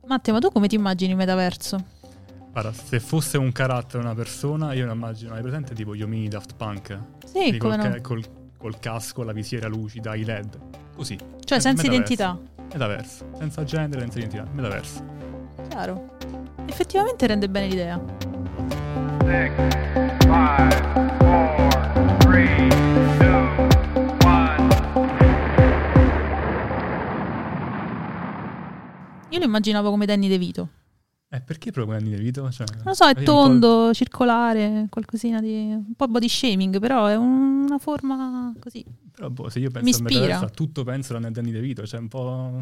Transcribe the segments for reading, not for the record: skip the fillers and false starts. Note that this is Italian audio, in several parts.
Matteo, ma tu come ti immagini il metaverso? Guarda, se fosse un carattere, una persona, io lo immagino, hai presente tipo gli omini Daft Punk? Sì, Quindi come no. col casco, la visiera lucida, i LED. Così. Cioè senza identità. Metaverso. Senza genere, senza identità. Metaverso. Chiaro. Effettivamente rende bene l'idea. 6, 5, 4, 3, 2, 1. Io lo immaginavo come Danny DeVito. Perché proprio Danny DeVito? Cioè, Non lo so, è tondo, circolare, qualcosina di... un po' body shaming, però è una forma così. Però se io penso Mi al ispira. metaverso, a tutto penso a Danny DeVito, cioè un po'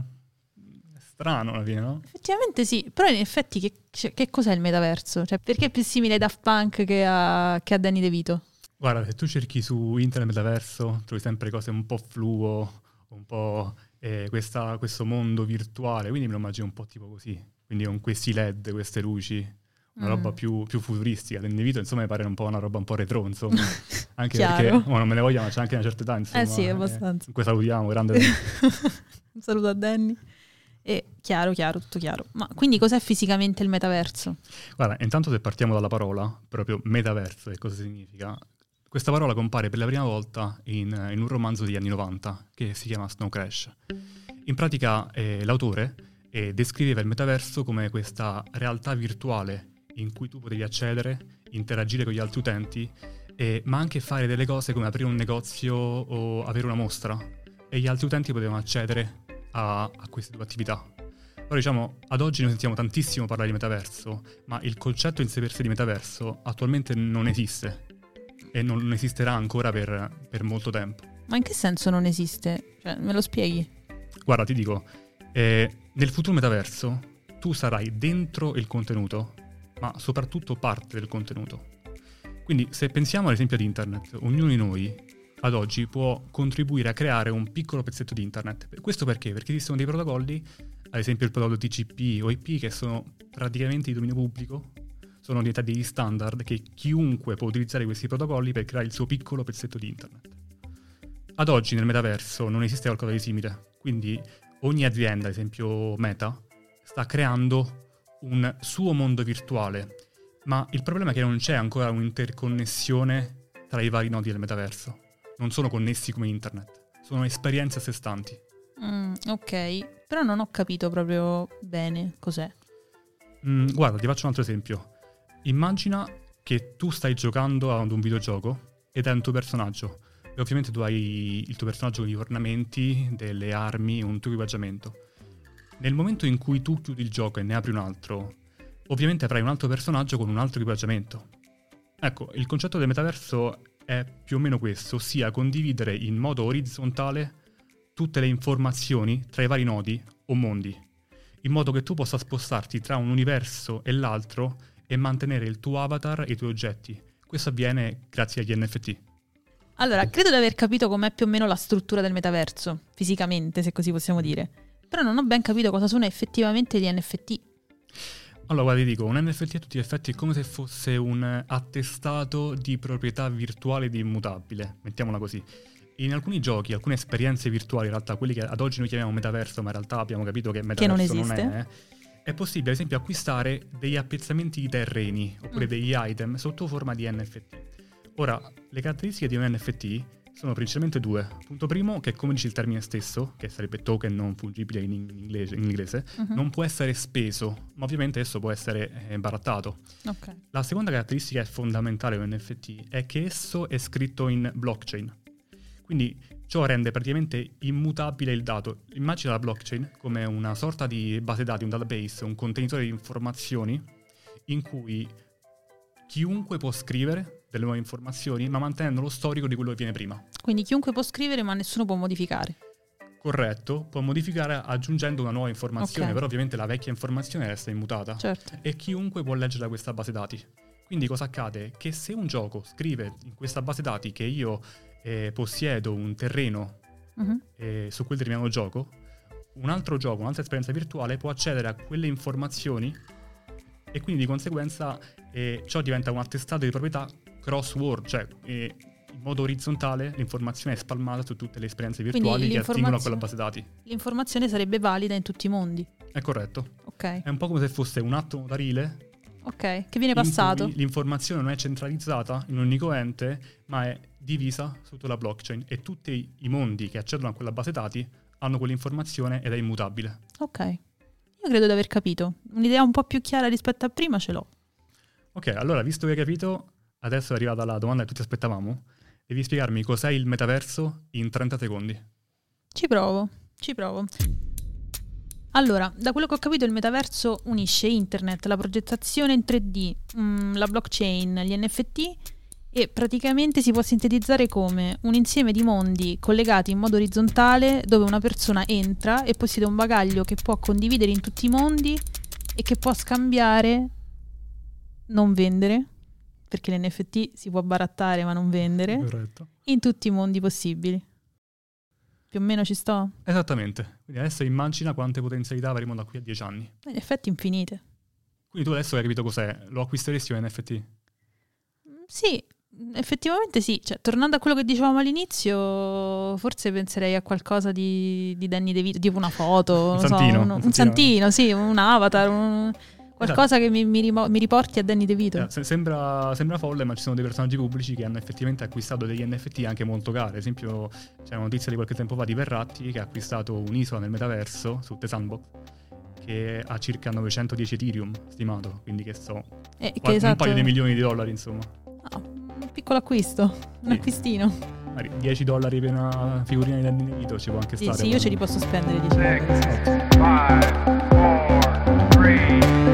strano alla fine, no? Effettivamente sì, però in effetti che cos'è il metaverso? Cioè perché è più simile ai Daft Punk che a Danny DeVito? Guarda, se tu cerchi su internet metaverso, trovi sempre cose un po' fluo, un po' questo mondo virtuale, quindi me lo immagino un po' tipo così. Quindi con questi LED, queste luci, una roba più futuristica. Danny DeVito, insomma, mi pare un po' una roba un po' retro, insomma. Anche perché, non me ne voglio, ma c'è anche una certa età, insomma. Sì, abbastanza. Comunque salutiamo, grande Danny. Un saluto a Danny. Chiaro, tutto chiaro. Ma quindi cos'è fisicamente il metaverso? Guarda, intanto se partiamo dalla parola, proprio metaverso, che cosa significa? Questa parola compare per la prima volta in un romanzo degli anni 90 che si chiama Snow Crash. In pratica l'autore descriveva il metaverso come questa realtà virtuale in cui tu potevi accedere, interagire con gli altri utenti, ma anche fare delle cose come aprire un negozio o avere una mostra, e gli altri utenti potevano accedere a queste due attività. Ora diciamo, ad oggi noi sentiamo tantissimo parlare di metaverso, ma il concetto in sé per sé di metaverso attualmente non esiste e non esisterà ancora per molto tempo. Ma in che senso non esiste? Cioè, me lo spieghi? Guarda, ti dico, nel futuro metaverso tu sarai dentro il contenuto, ma soprattutto parte del contenuto. Quindi se pensiamo all'esempio di internet, ognuno di noi ad oggi può contribuire a creare un piccolo pezzetto di internet. Questo perché? Perché esistono dei protocolli, ad esempio il protocollo TCP o IP, che sono praticamente di dominio pubblico, sono diventati degli standard che chiunque può utilizzare questi protocolli per creare il suo piccolo pezzetto di internet. Ad oggi nel metaverso non esiste qualcosa di simile, quindi ogni azienda, ad esempio Meta, sta creando un suo mondo virtuale, ma il problema è che non c'è ancora un'interconnessione tra i vari nodi del metaverso. Non sono connessi come internet, sono esperienze a sé stanti. Ok, però non ho capito proprio bene cos'è. Guarda, ti faccio un altro esempio. Immagina che tu stai giocando ad un videogioco ed è un tuo personaggio. E ovviamente tu hai il tuo personaggio con gli ornamenti, delle armi, un tuo equipaggiamento. Nel momento in cui tu chiudi il gioco e ne apri un altro, ovviamente avrai un altro personaggio con un altro equipaggiamento. Ecco, il concetto del metaverso è più o meno questo, ossia condividere in modo orizzontale tutte le informazioni tra i vari nodi o mondi, in modo che tu possa spostarti tra un universo e l'altro e mantenere il tuo avatar e i tuoi oggetti. Questo avviene grazie agli NFT. Allora, credo di aver capito com'è più o meno la struttura del metaverso, fisicamente, se così possiamo dire. Però non ho ben capito cosa sono effettivamente gli NFT. Allora, guarda, ti dico, un NFT a tutti gli effetti è come se fosse un attestato di proprietà virtuale di immutabile, mettiamola così. In alcuni giochi, alcune esperienze virtuali, in realtà quelli che ad oggi noi chiamiamo metaverso, ma in realtà abbiamo capito che metaverso non è possibile ad esempio acquistare degli appezzamenti di terreni oppure degli item sotto forma di NFT. Ora, le caratteristiche di un NFT sono principalmente due. Punto primo, che come dice il termine stesso, che sarebbe token non fungibile in inglese, non può essere speso, ma ovviamente esso può essere barattato. Okay. La seconda caratteristica fondamentale di un NFT è che esso è scritto in blockchain. Quindi ciò rende praticamente immutabile il dato. Immagina la blockchain come una sorta di base dati, un database, un contenitore di informazioni in cui chiunque può scrivere delle nuove informazioni, ma mantenendo lo storico di quello che viene prima. Quindi chiunque può scrivere, ma nessuno può modificare. Corretto, può modificare aggiungendo una nuova informazione, però ovviamente la vecchia informazione resta immutata. Certo. E chiunque può leggere da questa base dati. Quindi cosa accade? Che se un gioco scrive in questa base dati che io possiedo un terreno su quel determinato gioco, un altro gioco, un'altra esperienza virtuale può accedere a quelle informazioni e quindi di conseguenza ciò diventa un attestato di proprietà cross-word, cioè in modo orizzontale l'informazione è spalmata su tutte le esperienze virtuali che attingono a quella base dati. L'informazione sarebbe valida in tutti i mondi. È corretto. Ok, È un po' come se fosse un atto notarile ok, che viene in passato. cui l'informazione non è centralizzata in un unico ente, ma è divisa su tutta la blockchain e tutti i mondi che accedono a quella base dati hanno quell'informazione ed è immutabile. Ok, io credo di aver capito. Un'idea un po' più chiara rispetto a prima ce l'ho. Ok, allora, visto che hai capito, adesso è arrivata la domanda che tutti aspettavamo. Devi spiegarmi cos'è il metaverso in 30 secondi. Ci provo. Allora, da quello che ho capito il metaverso unisce internet, la progettazione in 3D, la blockchain, gli NFT e praticamente si può sintetizzare come un insieme di mondi collegati in modo orizzontale dove una persona entra e possiede un bagaglio che può condividere in tutti i mondi e che può scambiare, non vendere, perché l'NFT si può barattare ma non vendere, Corretto. in tutti i mondi possibili. Più o meno ci sto? Esattamente. Quindi adesso immagina quante potenzialità avremo da qui a 10 anni. In effetti infinite. Quindi tu adesso hai capito cos'è, lo acquisteresti un NFT? Sì, effettivamente sì. Cioè, tornando a quello che dicevamo all'inizio, forse penserei a qualcosa di Danny DeVito, tipo una foto, Un non so, santino, un un santino, sì, un avatar, qualcosa che mi riporti a Danny DeVito. Sembra folle, ma ci sono dei personaggi pubblici che hanno effettivamente acquistato degli NFT anche molto cari. Ad esempio, c'è una notizia di qualche tempo fa di Verratti che ha acquistato un'isola nel metaverso su The Sandbox che ha circa 910 Ethereum stimato, quindi che so, Che un esatto, paio di milioni di dollari, insomma. un piccolo acquisto, un Sì. acquistino. Magari $10 per una figurina di Danny DeVito ci può anche Sì, stare. sì, io ce li posso spendere, 10 6, dollari. 5, 4, 3,